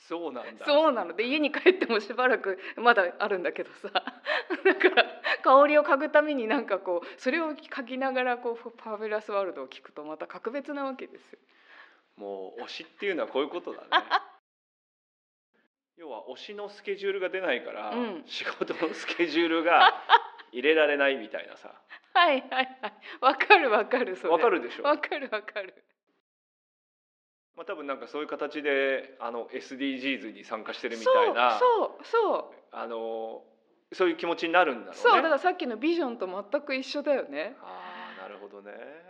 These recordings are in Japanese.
そうなんだ。 そうなので、家に帰ってもしばらくまだあるんだけどさだから香りを嗅ぐためになんかこうそれを嗅ぎながらこうファビュラスワールドを聞くとまた格別なわけですよ。 もう推しっていうのはこういうことだね要は推しのスケジュールが出ないから、仕事のスケジュールが入れられないみたいなさはいはいはい、わかるわかる、それわかるでしょ。 わかるわかる。 まあ多分なんかそういう形でSDGs に参加してるみたいな、そういう気持ちになるんだろうね。 そうだからさっきのビジョンと全く一緒だよね。 ああ、なるほどね。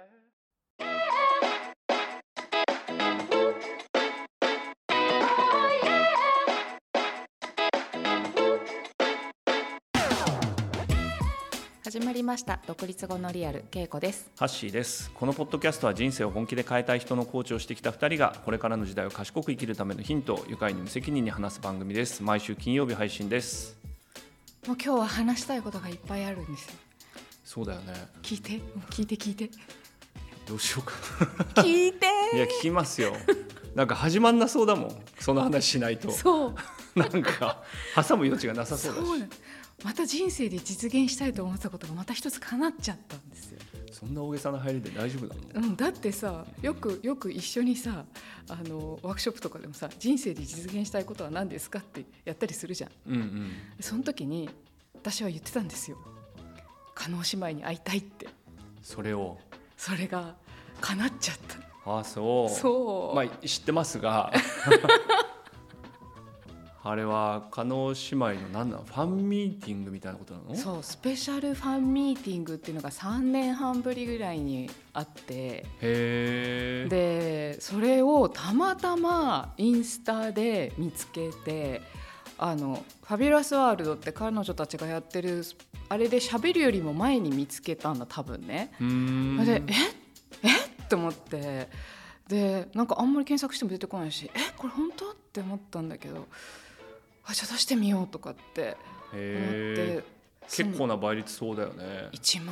始まりました独立後のリアル、けいこです。 ハッシーです。このポッドキャストは人生を本気で変えたい人のコーチをしてきた2人がこれからの時代を賢く生きるためのヒントを愉快に無責任に話す番組です。毎週金曜日配信です。 もう今日は話したいことがいっぱいあるんですよ。 そうだよね。 聞いてどうしようか聞いていや聞きますよ。なんか始まんなそうだもん、その話しないと。 そうなんか挟む余地がなさそうだし。 そうまた人生で実現したいと思ったことがまた一つ叶っちゃったんですよ。 そんな大げさな入りで大丈夫なの？ だってさ、よく一緒にさワークショップとかでもさ、人生で実現したいことは何ですかってやったりするじゃん。その時に私は言ってたんですよ。叶姉妹に会いたいって。それが叶っちゃった。 あ、そう。まあ知ってますがあれは叶姉妹の何なの？ファンミーティングみたいなことなの？ そう、スペシャルファンミーティングっていうのが3年半ぶりぐらいにあって、 へー。 でそれをたまたまインスタで見つけて、ファビュラスワールドって彼女たちがやってるあれで喋るよりも前に見つけたんだ多分ね。でって思って、でなんかあんまり検索しても出てこないし、これ本当って思ったんだけど、じゃあ出してみようとかって思って。 結構な倍率そうだよね。 1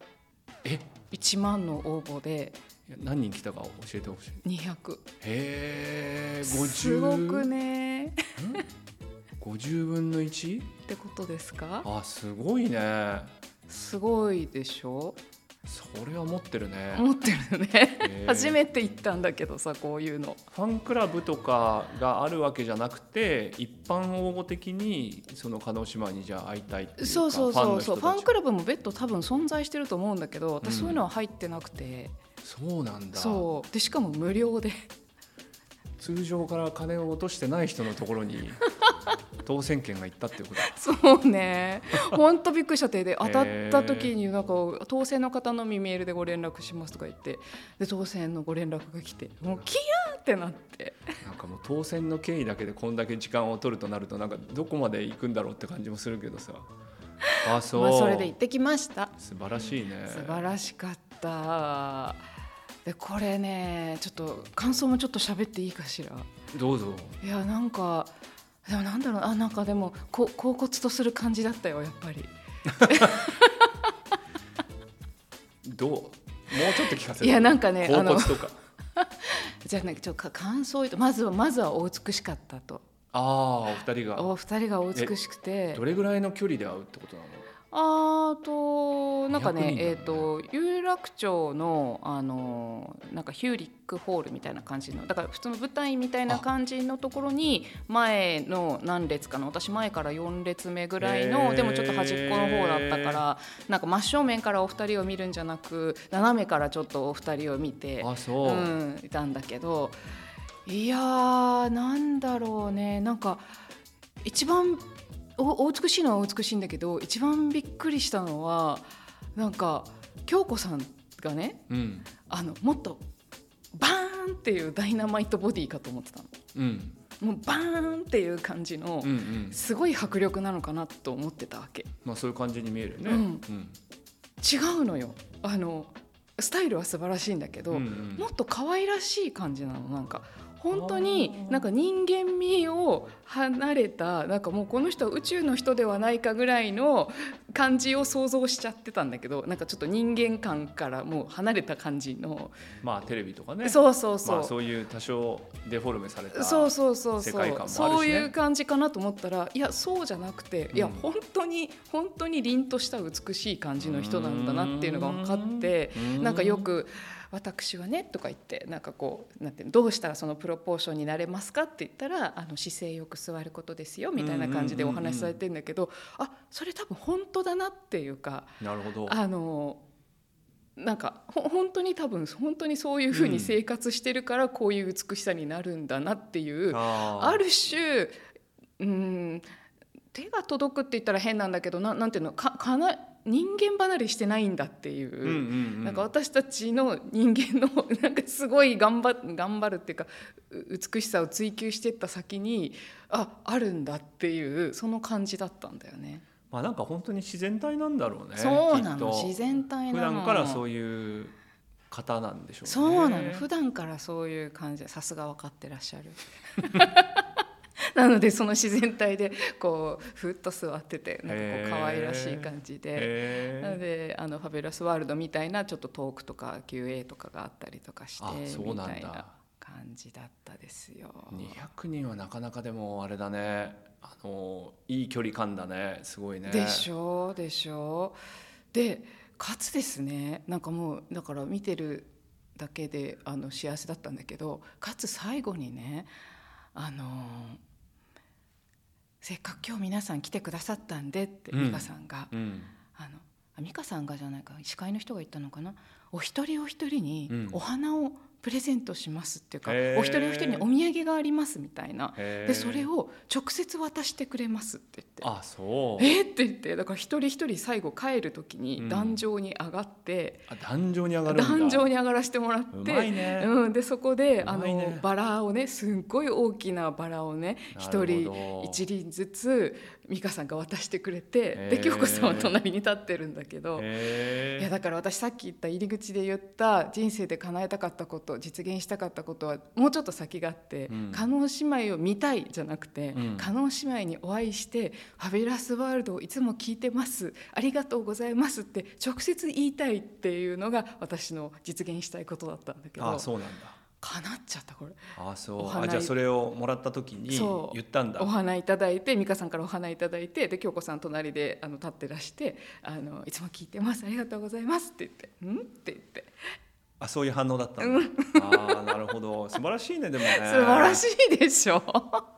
万の応募で何人来たか教えてほしい。 200。 へー、 すごくね 50分の 1? ってことですか？ あ、すごいね。 すごいでしょ。 それは持ってるね。 持ってるね初めて行ったんだけどさ、こういうのファンクラブとかがあるわけじゃなくて、一般応募的にその叶姉妹にじゃあ会いたいっていうか、 そうファンクラブも別途多分存在してると思うんだけど、私そういうのは入ってなくて。 そうなんだ。 そうで、しかも無料で通常から金を落としてない人のところに当選券が行ったってことそうね、本当びっくりしちゃって。で当たった時になんか当選の方のみメールでご連絡しますとか言って、で当選のご連絡が来て、もうキヤーってなって、 なんかもう当選の経緯だけでこんだけ時間を取るとなると、なんかどこまで行くんだろうって感じもするけどさ。あ、そう、 それで行ってきました。 素晴らしいね。 素晴らしかった。でこれね、ちょっと感想もちょっと喋っていいかしら。 どうぞ。 いや、なんかでもなんだろう、なんかでも恍惚とする感じだったよ、やっぱりどう、もうちょっと聞かせて。 いや、なんかね、 恍惚とかじゃあね、ちょっと感想を言うと、まずはお美しかったと。 お二人がお美しくて。 どれぐらいの距離で会うってことなの？ なんかね、有楽町のなんかヒューリックホールみたいな感じの、だから普通の舞台みたいな感じのところに、前の何列かの、私前から4列目ぐらいの、でもちょっと端っこの方だったから、なんか真正面からお二人を見るんじゃなく、斜めからちょっとお二人を見ていたんだけど、いやー、なんだろうね、なんか一番お美しいのは美しいんだけど、一番びっくりしたのは、なんか京子さんがね、もっとバーンっていうダイナマイトボディかと思ってたの。もうバーンっていう感じの、すごい迫力なのかなと思ってたわけ。 まあそういう感じに見えるよね。 違うのよ。スタイルは素晴らしいんだけど、もっと可愛らしい感じなの。なんか本当になんか人間味をを離れたなんかもうこの人は宇宙の人ではないかぐらいの感じを想像しちゃってたんだけど、なんかちょっと人間観からもう離れた感じの、 まあテレビとかね、 そうそうそう、 まあ、そういう多少デフォルメされたそうそうそう世界観もあるしね、 そういう感じかなと思ったら、いやそうじゃなくて、いや本当に凛とした美しい感じの人なんだなっていうのが分かって、なんかよく私はねとか言ってなんかこうなんてどうしたらそのプロポーションになれますかって言ったら姿勢よく座ることですよみたいな感じでお話しされてるんだけど、それ多分本当だなっていうか、 なるほど、 なんか本当に多分本当にそういうふうに生活してるからこういう美しさになるんだなっていう、ある種手が届くって言ったら変なんだけど、なんていうの人間離れしてないんだっていう、なんか私たちの人間のなんかすごい頑張るっていうか美しさを追求していった先にあるんだっていうその感じだったんだよね。 まあ、なんか本当に自然体なんだろうね。 そうなの、自然体なの。 普段からそういう方なんでしょうね。 そうなの、普段からそういう感じで、さすが分かってらっしゃるなのでその自然体でこうふっと座っててなんかこう可愛らしい感じで、なのでファビュラスワールドみたいなちょっとトークとか QA とかがあったりとかしてみたいな感じだったですよ。 200人はなかなかでもあれだね、いい距離感だね、すごいね。 でしょでかつですね、なんかもうだから見てるだけで幸せだったんだけど、かつ最後にねせっかく今日皆さん来てくださったんでって美香さんが、美香さんがじゃないか司会の人が言ったのかな、お一人お一人にお花をプレゼントしますっていうか、お一人お一人にお土産がありますみたいな、でそれを直接渡してくれますって言って、 あ、そう、 って言って、だから一人一人最後帰る時に壇上に上がって、 壇上に上がるんだ、 壇上に上がらせてもらって、 うまいね、 でそこでバラをね、すっごい大きなバラをね一人一輪ずつ美香さんが渡してくれて、で京子さんは隣に立ってるんだけど、いやだから私さっき言った入り口で言った人生で叶えたかったこと、実現したかったことはもうちょっと先があって、加納姉妹を見たいじゃなくて、加納姉妹にお会いしてファビュラスワールドをいつも聞いてます、ありがとうございますって直接言いたいっていうのが私の実現したいことだったんだけど、 そうなんだ、 叶っちゃったこれ。 そうじゃあそれをもらった時に言ったんだ。 お花いただいて、美香さんからお花いただいて、で京子さん隣で立ってらしていつも聞いてます、ありがとうございますって言ってって言って、 そういう反応だったんだ、なるほど、素晴らしいね。でもね素晴らしいでしょ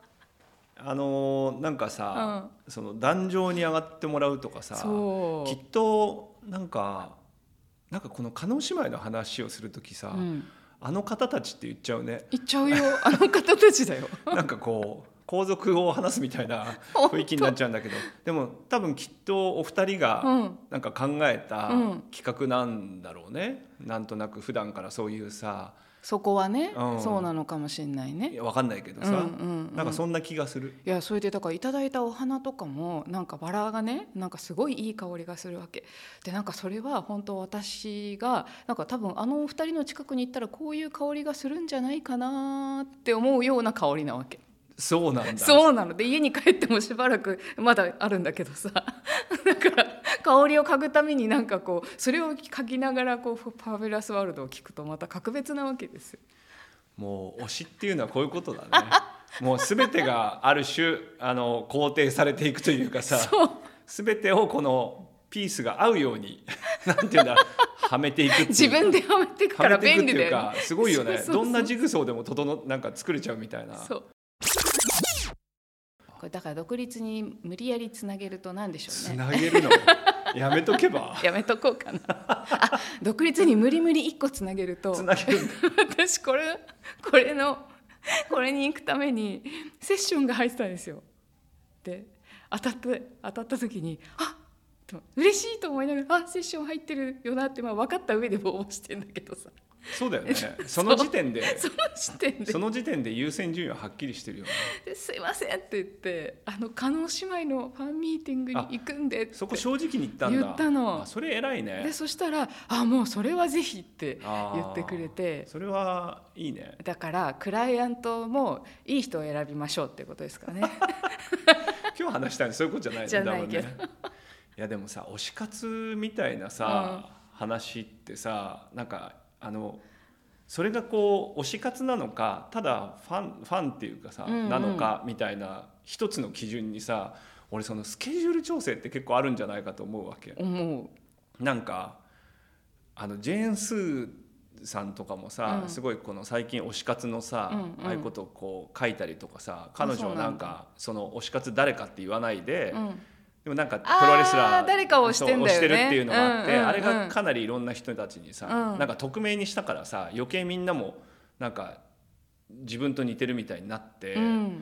なんかさ、その壇上に上がってもらうとかさ、きっとなんかこの加納姉妹の話をするときさ、あの方たちって言っちゃうね。 言っちゃうよ、あの方たちだよなんかこう皇族を話すみたいな雰囲気になっちゃうんだけどでも多分きっとお二人がなんか考えた企画なんだろうね、なんとなく普段からそういうさ、 そこはね、そうなのかもしれないね。 分かんないけどさ、なんかそんな気がする。 いやそれでだからいただいたお花とかもなんかバラがね、なんかすごいいい香りがするわけで、なんかそれは本当私がなんか多分お二人の近くに行ったらこういう香りがするんじゃないかなって思うような香りなわけ。 そうなんだ。 そうなので、家に帰ってもしばらくまだあるんだけどさだから香りを嗅ぐためになんかこうそれを嗅ぎながらこうファビュラスワールドを聞くとまた格別なわけですよ。 もう推しっていうのはこういうことだねもう全てがある種肯定されていくというかさ、全てをこのピースが合うようになんていうんだはめていくっていう、 自分ではめていくから便利だよね。 すごいよね。どんなジグソーでもなんか作れちゃうみたいな。 そうこれだから独立に無理やりつなげると何でしょうね。 つなげるのやめとけばやめとこうかな独立に無理無理1個つなげるとつなげるんだ私これに行くためにセッションが入ってたんですよ。で当たった時に嬉しいと思いながらセッション入ってるよなって分かった上で応募してんだけどさそうだよね。その時点でその時点で優先順位ははっきりしてるよね。 ですいませんって言って加納姉妹のファンミーティングに行くんでってそこ正直に言ったんだ。 言ったの。 それ偉いね。 でそしたらもうそれはぜひって言ってくれて、 それはいいね。 だからクライアントもいい人を選びましょうっていうことですかね。 今日話したいのそういうことじゃないのじゃないけど、 ね、いやでもさ推し活みたいなさ、話ってさなんかそれがこう推し活なのかただファンっていうかさ、なのかみたいな一つの基準にさ、俺そのスケジュール調整って結構あるんじゃないかと思うわけ。なんかジェーン・スーさんとかもさ、すごいこの最近推し活のさ、ああいうことをこう書いたりとかさ、彼女はなんかその推し活誰かって言わないで、でもなんかプロレスラー誰かを推してんだよね、 推してるっていうのがあって、あれがかなりいろんな人たちにさ、なんか匿名にしたからさ余計みんなもなんか自分と似てるみたいになって、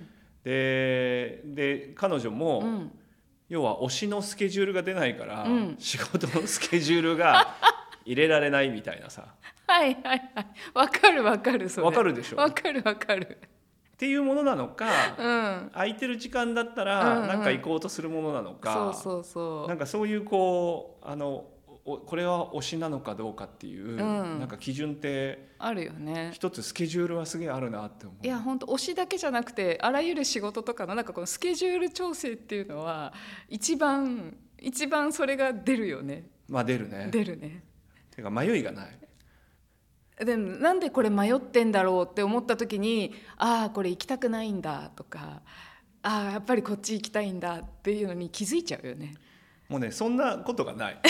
で彼女も、要は推しのスケジュールが出ないから、仕事のスケジュールが入れられないみたいなさはいはいはい、わかるそれわかるでしょ。 わかるっていうものなのか、空いてる時間だったらなんか行こうとするものなのか、なんかそういうこうこれは推しなのかどうかっていう、なんか基準ってあるよね。 一つスケジュールはすげえあるなって思う。 いや本当推しだけじゃなくてあらゆる仕事とかのなんかこのスケジュール調整っていうのは一番それが出るよね。 出るね。てか迷いがない。 でもなんでこれ迷ってんだろうって思った時にこれ行きたくないんだとかやっぱりこっち行きたいんだっていうのに気づいちゃうよね。 もうねそんなことがない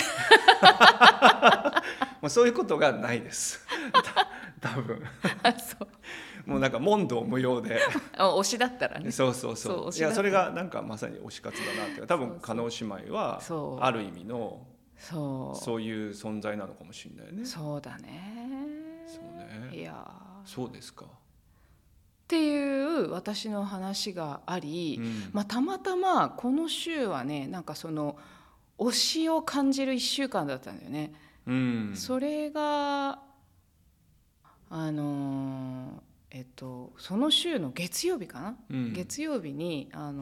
もうそういうことがないです多分もうなんか問答無用で推しだったらね。 そういやそれがなんかまさに推し活だなって多分加納姉妹はある意味のそういう存在なのかもしれないね。 そうだね。いやそうですかっていう私の話があり、たまたまこの週はねなんかその推しを感じる1週間だったんだよね。それがその週の月曜日かな、月曜日にハ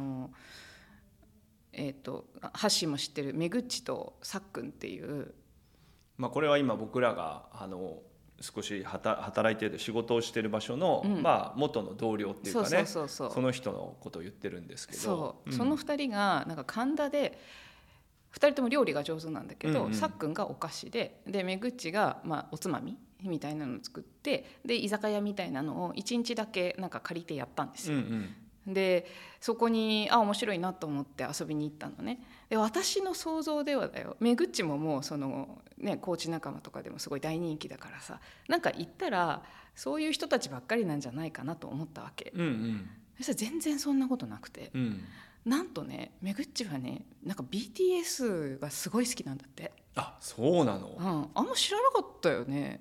ッシーも知ってるめぐっちとさっくんっていう、 これは今僕らが少し働いている仕事をしている場所の、元の同僚っていうかね、その人のことを言ってるんですけど、 その2人がなんか神田で2人とも料理が上手なんだけど、さっくんがお菓子でめぐっちがおつまみみたいなのを作って、で居酒屋みたいなのを1日だけなんか借りてやったんですよ。でそこに面白いなと思って遊びに行ったのね。で私の想像ではだよ、めぐっちももうそのねコーチ仲間とかでもすごい大人気だからさ、なんか行ったらそういう人たちばっかりなんじゃないかなと思ったわけ。そしたら全然そんなことなくて、なんとねめぐっちはねなんか BTS がすごい好きなんだって。 そうなの？ あんま知らなかったよね。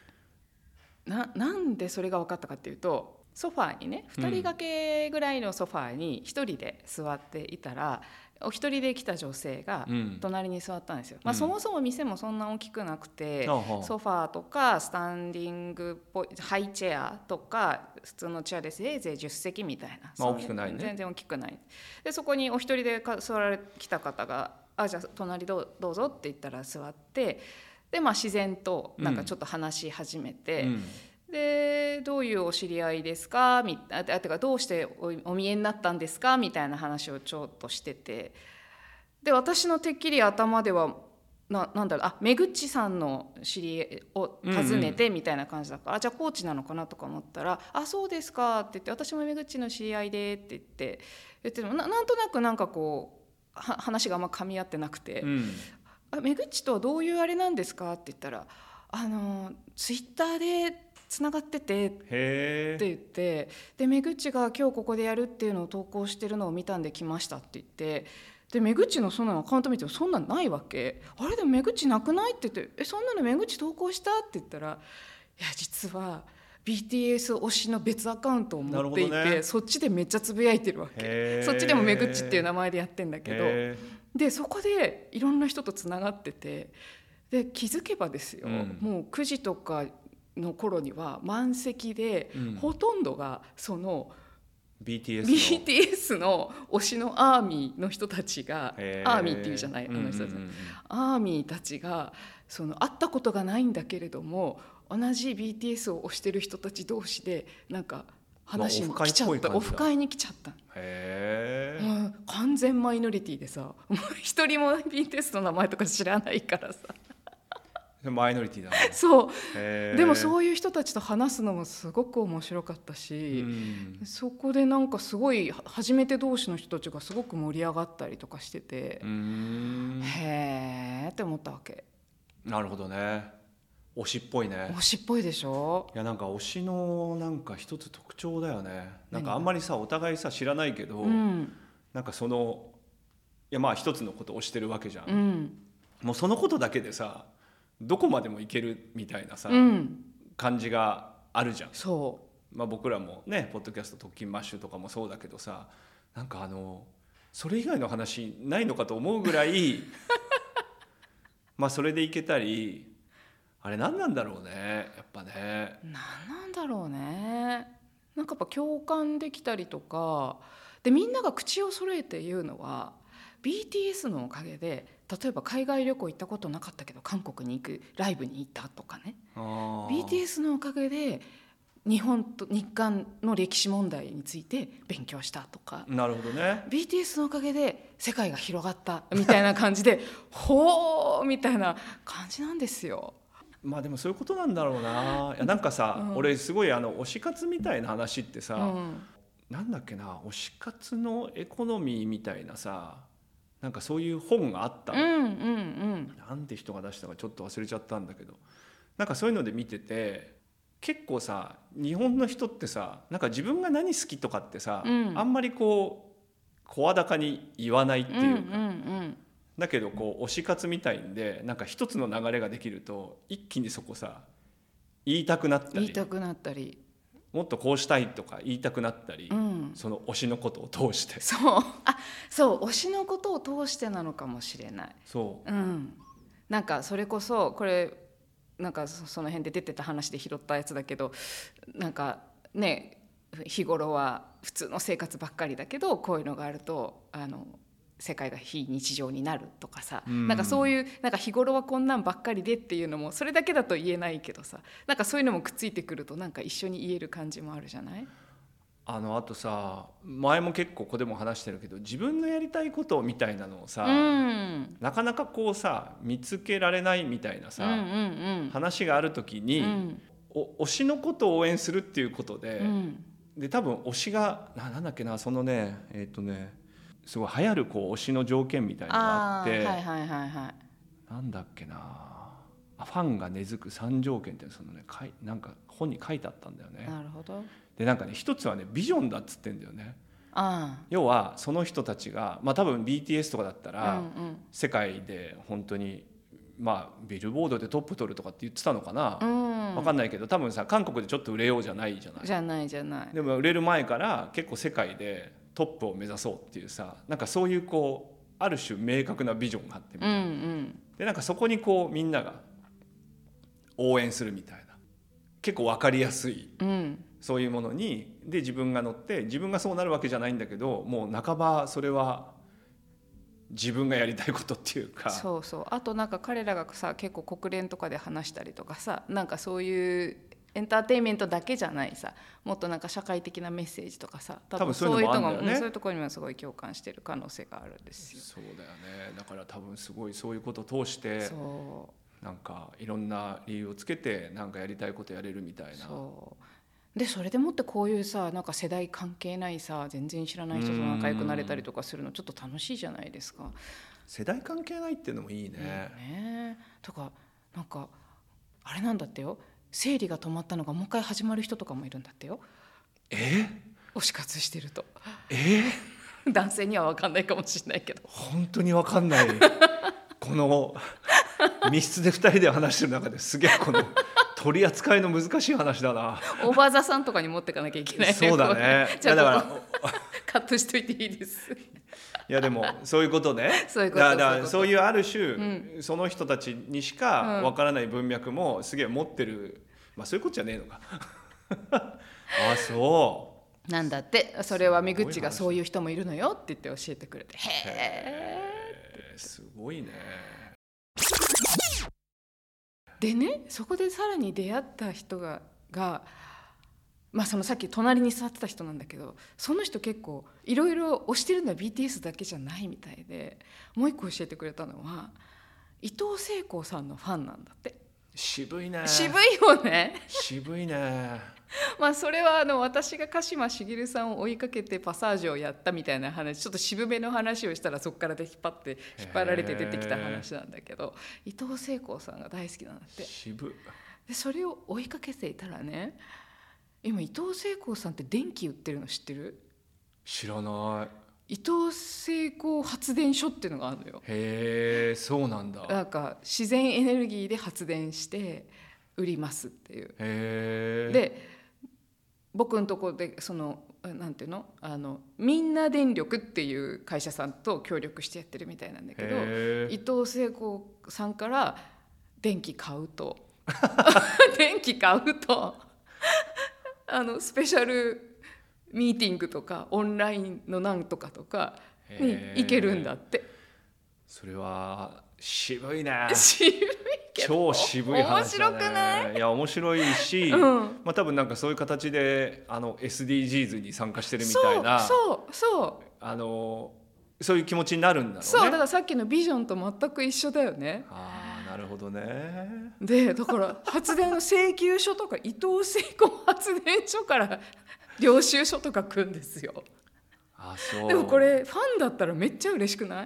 なんでそれが分かったかっていうと、ソファーにね2人掛けぐらいのソファーに1人で座っていたら、お一人で来た女性が隣に座ったんですよ。そもそも店もそんな大きくなくて、ソファーとかスタンディングっぽいハイチェアとか普通のチェアでせいぜい10席みたいな、 大きくないね。 全然大きくない。でそこにお一人で座られ来た方がじゃあ隣どうぞって言ったら座って、で自然となんかちょっと話し始めて、でどういうお知り合いですかてかどうしてお見えになったんですかみたいな話をちょっとしてて、で私のてっきり頭ではなんだろうめぐっちさんの知り合いを訪ねてみたいな感じだから、じゃあコーチなのかなとか思ったらそうですかって言って、私もめぐっちの知り合いでって言ってもなんとなくなんかこう話があんま噛み合ってなくて、めぐっちとどういうあれなんですかって言ったらツイッターでつながっててって言って、でめぐっちが今日ここでやるっていうのを投稿してるのを見たんで来ましたって言って、でめぐっちのそんなのアカウント見てもそんなのないわけ。あれでもめぐっちなくないって言って、そんなのめぐっち投稿したって言ったら、いや実は BTS 推しの別アカウントを持っていて、そっちでめっちゃつぶやいてるわけ。そっちでもめぐっちっていう名前でやってんだけど、でそこでいろんな人とつながってて、で気づけばですよ、もう9時とかの頃には満席で、ほとんどがそのBTS の推しのアーミーの人たちが、アーミーっていうじゃない、あの人たち、アーミーたちがその会ったことがないんだけれども同じ BTS を推してる人たち同士でなんか話に来ちゃった、オフ会に来ちゃった。完全マイノリティでさ、一人も BTS の名前とか知らないからさマイノリティだね。 そうでもそういう人たちと話すのもすごく面白かったし、そこでなんかすごい初めて同士の人たちがすごく盛り上がったりとかしてて、へーって思ったわけ。 なるほどね。推しっぽいね。 推しっぽいでしょ。 いやなんか推しのなんか一つ特徴だよね。なんかあんまりさお互いさ知らないけど、なんかそのいやまあ一つのことを推してるわけじゃん、もうそのことだけでさどこまでもいけるみたいなさ、感じがあるじゃん。そう、まあ、僕らもねポッドキャスト特勤マッシュとかもそうだけどさ、なんかそれ以外の話ないのかと思うぐらいまあそれでいけたり、あれ何なんだろうね、やっぱね。 何なんだろうね。なんかやっぱ共感できたりとかで、みんなが口を揃えて言うのは BTS のおかげで、例えば海外旅行行ったことなかったけど韓国に行くライブに行ったとかね、BTS のおかげで日本と日韓の歴史問題について勉強したとか、 なるほどね、 BTS のおかげで世界が広がったみたいな感じでほーみたいな感じなんですよ。 まあでもそういうことなんだろうな。いやなんかさ、俺すごい推し活みたいな話ってさ、なんだっけな、推し活のエコノミーみたいなさ、なんかそういう本があったの、なんて人が出したかちょっと忘れちゃったんだけど、なんかそういうので見てて、結構さ日本の人ってさ、なんか自分が何好きとかってさ、あんまりこう声高に言わないっていうか、だけどこう推し活みたいんで、なんか一つの流れができると一気にそこさ言いたくなったりもっとこうしたいとか言いたくなったり、その推しのことを通して、 そう推しのことを通してなのかもしれない。そう、なんかそれこそこれなんかその辺で出てた話で拾ったやつだけど、なんかね日頃は普通の生活ばっかりだけどこういうのがあると世界が非日常になるとかさ、なんかそういうなんか日頃はこんなんばっかりでっていうのもそれだけだと言えないけどさ、なんかそういうのもくっついてくるとなんか一緒に言える感じもあるじゃない。 あとさ、前も結構ここでも話してるけど、自分のやりたいことみたいなのをさ、なかなかこうさ見つけられないみたいなさ、話がある時に、推しのことを応援するっていうことで、で多分推しがなんだっけな、そのねすごい流行るこう推しの条件みたいなのがあって、なんだっけな、ファンが根付く3条件ってそのねなんか本に書いてあったんだよね。 なるほど。 でなんかね一つはねビジョンだっつってんだよね。要はその人たちが、まあ多分 BTS とかだったら、世界で本当にまあビルボードでトップ取るとかって言ってたのかな、分かんないけど、多分さ韓国でちょっと売れようじゃないじゃない。じゃない。でも売れる前から結構世界でトップを目指そうっていうさ、なんかそういうこうある種明確なビジョンがあってみたいな、でなんかそこにこうみんなが応援するみたいな、結構分かりやすい、そういうものにで自分が乗って、自分がそうなるわけじゃないんだけど、もう半ばそれは自分がやりたいことっていうか、そうそう。あとなんか彼らがさ結構国連とかで話したりとかさ、なんかそういうエンターテインメントだけじゃないさ、もっとなんか社会的なメッセージとかさ、多分そういうところも、そういうところにもすごい共感してる可能性があるんですよ。そうだよね。だから多分すごいそういうことを通して、なんかいろんな理由をつけてなんかやりたいことやれるみたいな。でそれでもってこういうさ、なんか世代関係ないさ、全然知らない人と仲良くなれたりとかするのちょっと楽しいじゃないですか。世代関係ないっていうのもいいね。とかなんかあれなんだってよ、生理が止まったのがもう一回始まる人とかもいるんだってよ。推し活してると。男性には分かんないかもしれないけど。本当に分かんない。この密室で2人で話してる中ですげえこの取り扱いの難しい話だな。オーバーザさんとかに持ってかなきゃいけない。そうだね。じゃあだからカットしといていいです。いやでもそういうことね。そういうある種、その人たちにしかわからない文脈もすげえ持ってるまあそういうことじゃねえのかあ、そうなんだって。それはみぐっちがそういう人もいるのよって言って教えてくれて、へーすごいね。 でね、そこでさらに出会った人がまあ、そのさっき隣に座ってた人なんだけど、その人結構いろいろ推してるのは BTS だけじゃないみたいで、もう一個教えてくれたのは伊藤聖子さんのファンなんだって。 渋いね。 渋いよね渋いねまあそれは私が鹿島茂さんを追いかけてパサージュをやったみたいな話、ちょっと渋めの話をしたらそこからで引っ張られて出てきた話なんだけど、伊藤聖子さんが大好きなんだって。 渋でそれを追いかけていたらね、今伊藤聖子さんって電気売ってるの知ってる？ 知らない。 伊藤聖子発電所っていうのがあるのよ。 へえ、そうなんだ。 なんか自然エネルギーで発電して売りますっていう。 へえ。 で僕のところでなんていうの、みんな電力っていう会社さんと協力してやってるみたいなんだけど、伊藤聖子さんから電気買うと電気買うとスペシャルミーティングとかオンラインのなんとかとかに行けるんだって。 それは渋いね。 渋いけど超渋い話だね。 面白くない？ いや面白いし、まあ多分なんかそういう形でSDGs に参加してるみたいな、そういう気持ちになるんだろうね。 そうだからさっきのビジョンと全く一緒だよね。 ああ、なるほどね。 でだから発電の請求書とか伊藤聖子発電所から領収書とか来るんですよ。 あ、そう。 でもこれファンだったらめっちゃ嬉しくない？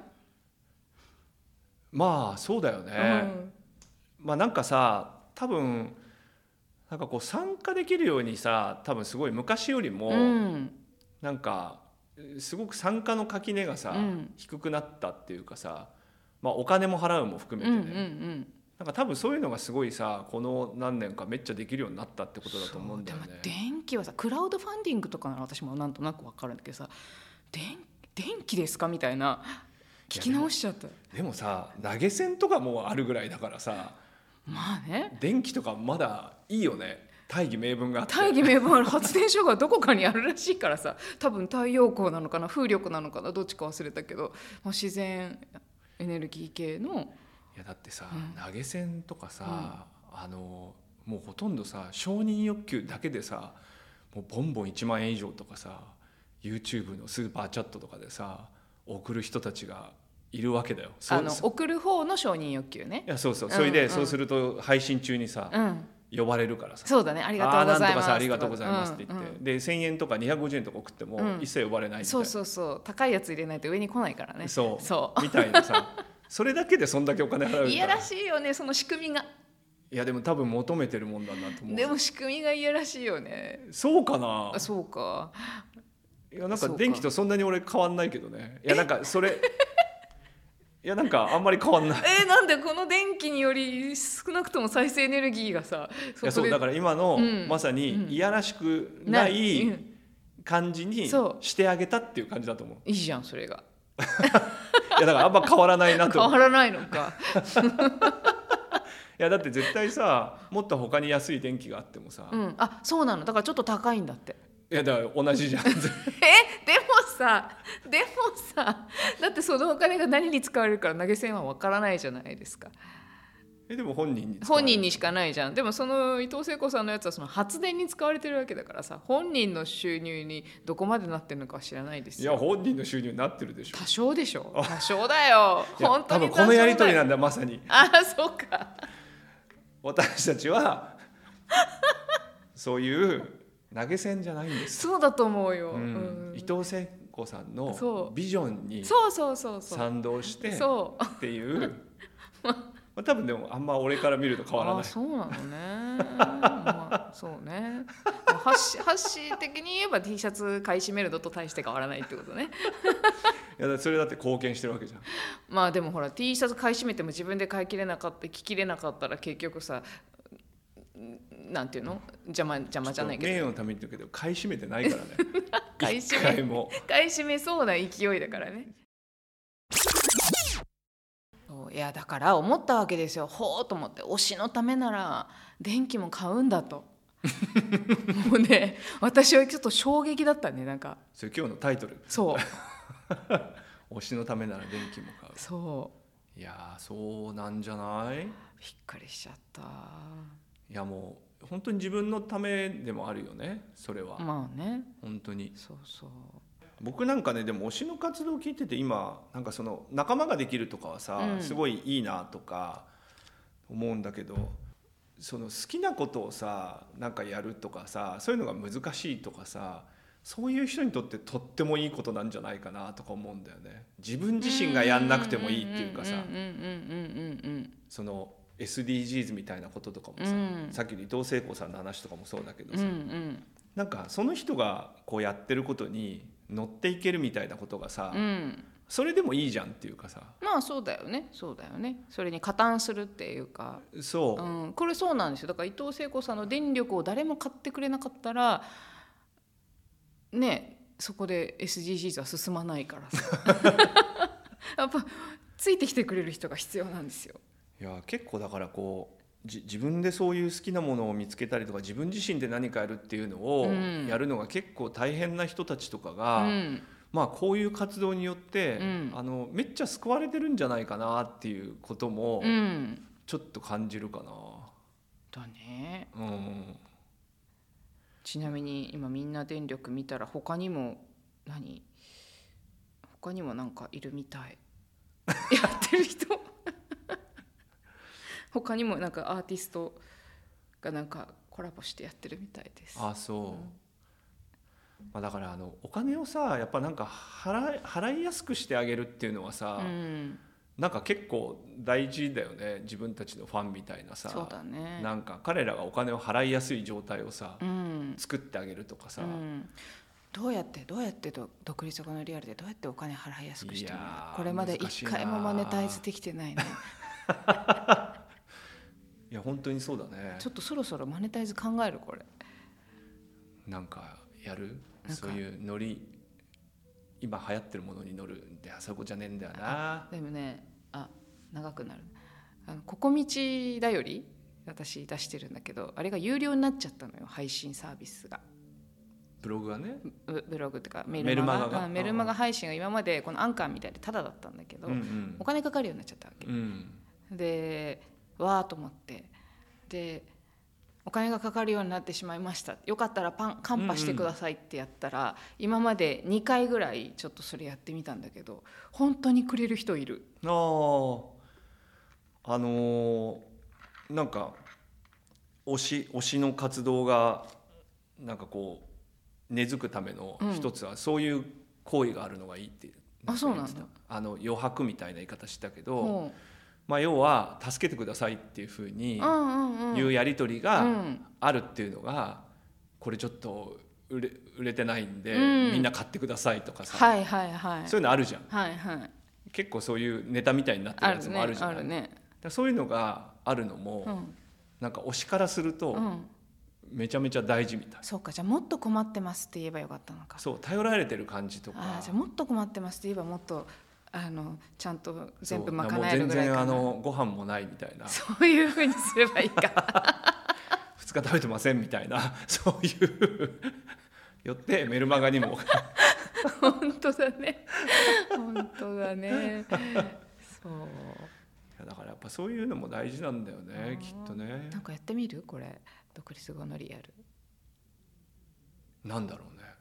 まあそうだよね、まあなんかさ、多分なんかこう参加できるようにさ、多分すごい昔よりも、なんかすごく参加の垣根がさ、低くなったっていうかさ、まあお金も払うも含めてね、なんか多分そういうのがすごいさ、この何年かめっちゃできるようになったってことだと思うんだよね。 でも電気はさ、クラウドファンディングとかなら私もなんとなく分かるんだけどさ、電気ですかみたいな、聞き直しちゃった。 でもさ、投げ銭とかもあるぐらいだからさ、 まあね、 電気とかまだいいよね。大義名分があって、 大義名分ある発電所がどこかにあるらしいからさ、多分太陽光なのかな風力なのかな、どっちか忘れたけど、まあ、自然エネルギー系の。 いやだってさ、投げ銭とかさ、もうほとんどさ承認欲求だけでさ、もうボンボン1万円以上とかさ YouTube のスーパーチャットとかでさ送る人たちがいるわけだよ。 送る方の承認欲求ね。 いやそうそう、それで、そうすると配信中にさ、呼ばれるからさ、 そうだね、ありがとうございます、 なんとかさありがとうございますって言って、で1000円とか250円とか送っても一切呼ばれないみたいな、 そう高いやつ入れないと上に来ないからね。 そうみたいなさそれだけでそんだけお金払うからいやらしいよね、その仕組みが。 いやでも多分求めてるもんだなと思う。 でも仕組みがいやらしいよね。 そうかな。 そうか。 いやなんか電気とそんなに俺変わんないけどね。いやなんかそれいやなんかあんまり変わんない。 なんでこの電気により少なくとも再生エネルギーがさ、 いやそうだから今の、まさにいやらしくない感じにしてあげたっていう感じだと思う。 いいじゃんそれが。 いやだからあんま変わらないなと。 変わらないのか。 いやだって絶対さ、もっと他に安い電気があってもさ、 あ、そうなの。だからちょっと高いんだって。 いやだから同じじゃん。 でもさだってそのお金が何に使われるから投げ銭は分からないじゃないですか。 でも本人にしかないじゃん。でもその伊藤聖子さんのやつはその発電に使われてるわけだからさ、本人の収入にどこまでなってるのかは知らないですよ。 いや本人の収入になってるでしょ。 多少でしょ。多少だよ。本当に多少だよ。 多分このやり取りなんだまさに。 あ、そうか。 私たちはそういう投げ銭じゃないんです。 そうだと思うよ。 伊藤聖子さんのビジョンに賛同してっていう多分でもあんま俺から見ると変わらない。 そうなのね。まあ、そうね。発信的に言えば T シャツ買い占めるのと大して変わらないってことね。 いやそれだって貢献してるわけじゃん。 まあでもほら T シャツ買い占めても自分で買いきれなかった着きれなかったら結局さ、なんていうの、邪魔じゃないけど。 名誉のために言うけど買い占めてないからね。 買い占めそうな勢いだからね。いやだから思ったわけですよ。ほうと思って、推しのためなら電気も買うんだともうね、私はちょっと衝撃だったね。なんかそれ今日のタイトル。 そう推しのためなら電気も買う。 そう、 いやそうなんじゃない？ びっくりしちゃった。 いやもう本当に自分のためでもあるよね、それは。 まあね、 本当に。 そうそう。 僕なんかね、でも推しの活動を聞いてて、今なんかその仲間ができるとかはさ、すごいいいなとか思うんだけど、その好きなことをさなんかやるとかさ、そういうのが難しいとかさ、そういう人にとってとってもいいことなんじゃないかなとか思うんだよね。自分自身がやんなくてもいいっていうかさ、その SDGs みたいなこととかもさ、さっきの伊藤聖子さんの話とかもそうだけどさ、なんかその人がこうやってることに乗っていけるみたいなことがさ、それでもいいじゃんっていうかさ。 まあそうだよね、そうだよね。それに加担するっていうか、 そう、 これそうなんですよ。だから伊藤聖子さんの電力を誰も買ってくれなかったらね、そこで SDGs は進まないからさやっぱついてきてくれる人が必要なんですよ。 いや結構だからこう自分でそういう好きなものを見つけたりとか、自分自身で何かやるっていうのをやるのが結構大変な人たちとかが、まあこういう活動によって、めっちゃ救われてるんじゃないかなっていうこともちょっと感じるかな。 だね。ちなみに今みんな電力見たら他にもなんかいるみたいやってる人他にもなんかアーティストがなんかコラボしてやってるみたいです。 あ、そう、まあ、だからお金をさやっぱなんか払いやすくしてあげるっていうのはさ、なんか結構大事だよね。自分たちのファンみたいなさ、 そうだね、 なんか彼らがお金を払いやすい状態をさ、作ってあげるとかさ、 どうやって独立後のリアルでどうやってお金払いやすくしてるの？これまで一回もマネタイズできてないねいや本当にそうだね。 ちょっとそろそろマネタイズ考える。これなんかやる？そういうノリ、今流行ってるものに乗るんで、あそこじゃねえんだよな。 でもね、長くなる。ここみちだより私出してるんだけど、あれが有料になっちゃったのよ、配信サービスが。 ブログがね、 ブログっていうかメルマガ配信が今までこのアンカーみたいでタダだったんだけど、お金かかるようになっちゃったわけ、でわーと思って、でお金がかかるようになってしまいました、よかったらカンパしてくださいってやったら、今まで2回ぐらいちょっとそれやってみたんだけど、本当にくれる人いる。 なんか推しの活動がなんかこう根付くための一つは、そういう行為があるのがいいっていう。 そうなんだ。 余白みたいな言い方したけど、まあ、要は助けてくださいっていうふうにいうやり取りがあるっていうのが、これちょっと売れてないんで、みんな買ってくださいとかさ、そういうのあるじゃん、結構そういうネタみたいになってるやつもあるじゃない。そういうのがあるのも、なんか推しからするとめちゃめちゃ大事みたい。 そうか、じゃあもっと困ってますって言えばよかったのか。 そう、頼られてる感じとか。 じゃあもっと困ってますって言えばもっとちゃんと全部賄えるぐらいかな。 もう全然ご飯もないみたいな、 そういうふうにすればいいか 2日食べてませんみたいな、そういうよってメルマガにも本当だね本当だねそうだからやっぱそういうのも大事なんだよね、きっとね。 なんかやってみる？これ独立後のリアル。 なんだろうね。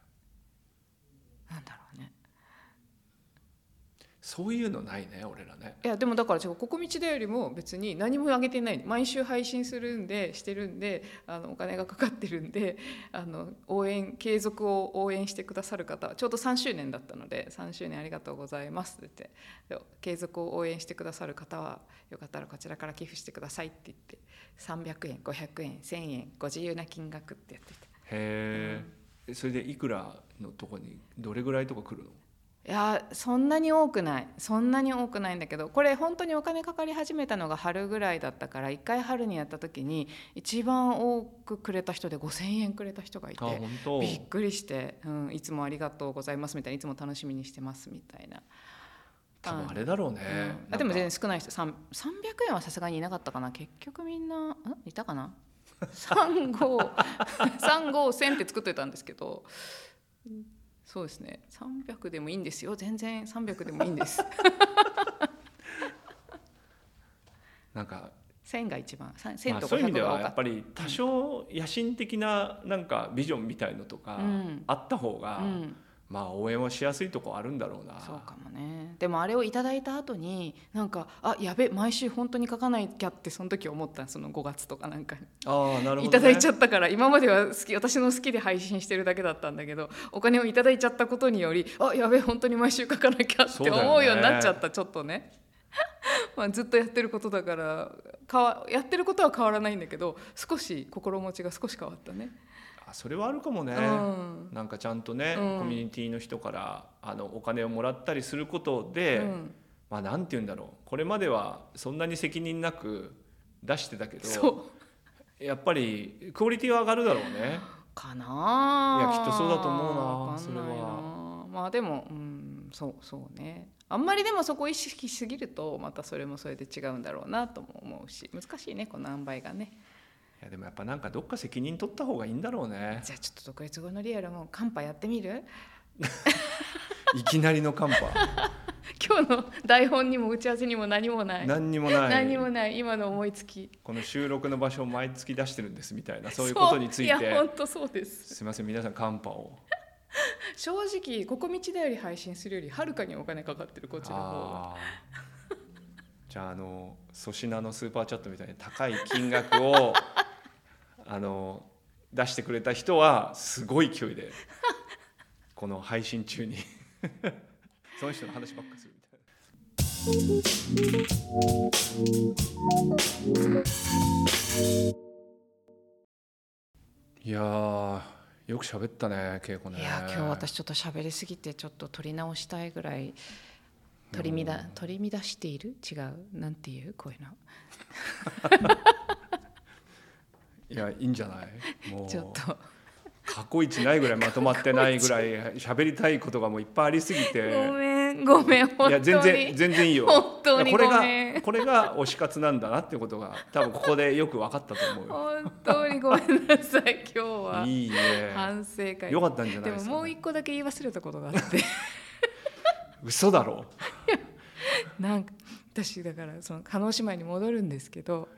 そういうのないね、俺らね。 いやでもだからここ道だよりも別に何も上げてない、毎週配信するんでしてるんで、お金がかかってるんで、継続を応援してくださる方は、ちょうど3周年だったので、3周年ありがとうございますって言って、継続を応援してくださる方はよかったらこちらから寄付してくださいって言って、300円500円1000円ご自由な金額ってやってて。 へえ、それでいくらのとこにどれぐらいとか来るの？ いやそんなに多くないんだけど、これ本当にお金かかり始めたのが春ぐらいだったから、1回春にやった時に一番多くくれた人で5000円くれた人がいて、びっくりして、いつもありがとうございますみたいな、いつも楽しみにしてますみたいな。 多分あれだろうね、 でも全然少ない人、300円はさすがにいなかったかな。結局みんないたかな 3号3号1000って作っといたんですけど、そうですね、300でもいいんですよ、全然300でもいいんですなんか 1000が一番、1000と500が多かった。 そういう意味ではやっぱり多少野心的ななんかビジョンみたいのとかあった方が、まあ応援はしやすいとこあるんだろうな。 そうかもね。でもあれをいただいた後になんかやべ毎週本当に書かないきゃってその時思った。その5月とかなんかなるほど、ね、 いただいちゃったから、今までは私の好きで配信してるだけだったんだけど、お金をいただいちゃったことによりやべ本当に毎週書かなきゃって思うようになっちゃった、ちょっとねまあずっとやってることだからやってることは変わらないんだけど、少し心持ちが少し変わったね。 それはあるかもね、なんかちゃんとね、コミュニティの人からお金をもらったりすることで、まあなんて言うんだろう、これまではそんなに責任なく出してたけど、やっぱりクオリティは上がるだろうね。 かな。 いやきっとそうだと思うな。それはまあでも、そうね。あんまりでもそこを意識しすぎるとまたそれもそれで違うんだろうなとも思うし、難しいねこの塩梅がね。 いやでもやっぱなんかどっか責任取った方がいいんだろうね。 じゃあちょっと独立後のリアルもカンパやってみるいきなりのカンパ今日の台本にも打ち合わせにも何もない、 何にもない今の思いつき、 この収録の場所を毎月出してるんですみたいな、そういうことについて、 いや本当そうです。 すいません皆さんカンパを正直ここ道だより配信するよりはるかにお金かかってるこっちの方が。 じゃあ粗品のスーパーチャットみたいに高い金額を出してくれた人はすごい勢いでこの配信中にその人の話ばっかするみたいな。いやよく喋ったね恵子ね。 いや今日私ちょっと喋りすぎてちょっと撮り直したいぐらい取り乱している、違うなんていうこういうのいやいいんじゃない。もうちょっと過去一ないぐらいまとまってないぐらい喋りたいことがもういっぱいありすぎて、 ごめん本当に。 いや全然いいよ。 本当にごめん。 これが推し活なんだなってことが多分ここでよく分かったと思うよ。 本当にごめんなさい今日はいいね。 反省会よかったんじゃないですか、ね。 でももう一個だけ言い忘れたことがあって嘘だろ。 なんか私だからその叶姉妹に戻るんですけど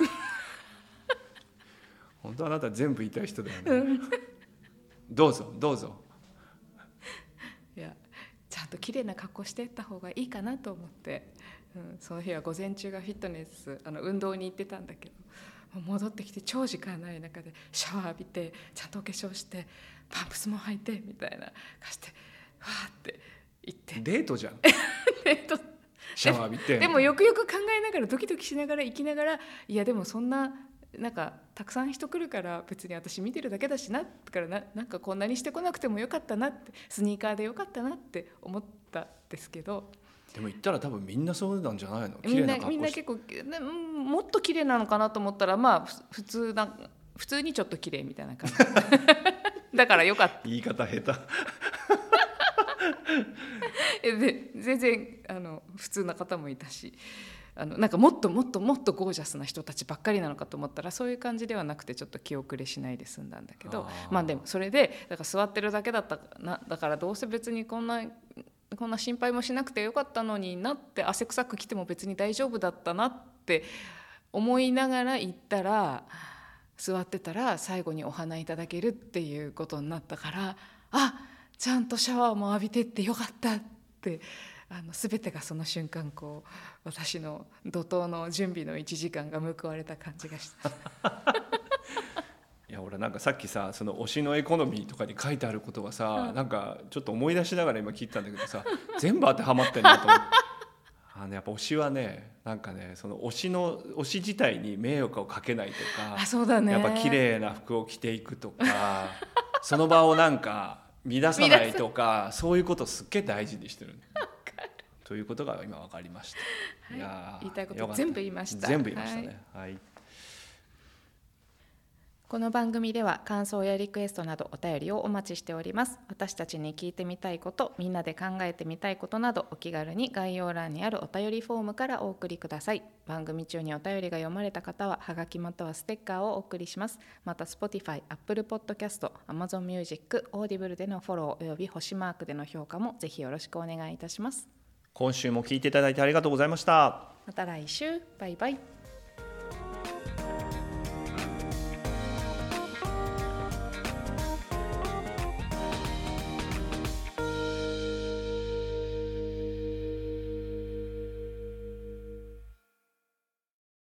本当あなた全部言いたい人だよねどうぞいやちゃんと綺麗な格好していった方がいいかなと思って、その日は午前中がフィットネス運動に行ってたんだけど、戻ってきて長時間ない中でシャワー浴びてちゃんとお化粧してパンプスも履いてみたいな感じでわーって行ってデートじゃんデートシャワー浴びて。 でもよくよく考えながらドキドキしながら行きながら、いやでもそんななんかたくさん人来るから別に私見てるだけだしな、だからなんかこんなにしてこなくてもよかったなって、スニーカーでよかったなって思ったんですけど。 でも言ったら多分みんなそうなんじゃないの。 みんな結構もっと綺麗なのかなと思ったら、まあ普通にちょっと綺麗みたいな感じだからよかった。 言い方下手で全然普通な方もいたし、なんかもっとゴージャスな人たちばっかりなのかと思ったらそういう感じではなくてちょっと気遅れしないで済んだんだけど、まあでもそれでだから座ってるだけだったな、だからどうせ別にこんな心配もしなくてよかったのになって、汗臭く来ても別に大丈夫だったなって思いながら行ったら、座ってたら最後にお花いただけるっていうことになったから、ちゃんとシャワーも浴びてってよかったって全てがその瞬間こう私の怒涛の準備の1時間が報われた感じがしたいや俺なんかさっきさその推しのエコノミーとかに書いてあることがさ、なんかちょっと思い出しながら今聞いたんだけどさ全部当てはまってんなと思ってやっぱ推しはねなんかねその推し自体に迷惑をかけないとか、 そうだね、 やっぱ綺麗な服を着ていくとかその場をなんか乱さないとかそういうことすっげえ大事にしてるということが今分かりました、 いや言いたいこと全部言いました。 全部言いましたね、はい。 ここの番組では感想やリクエストなどお便りをお待ちしております。私たちに聞いてみたいこと、みんなで考えてみたいことなどお気軽に概要欄にあるお便りフォームからお送りください。番組中にお便りが読まれた方はハガキまたはステッカーをお送りします。また Spotify、Apple Podcast、Amazon Music、Audible でのフォローおよび星マークでの評価もぜひよろしくお願いいたします。 今週も聞いていただいてありがとうございました。 また来週、バイバイ。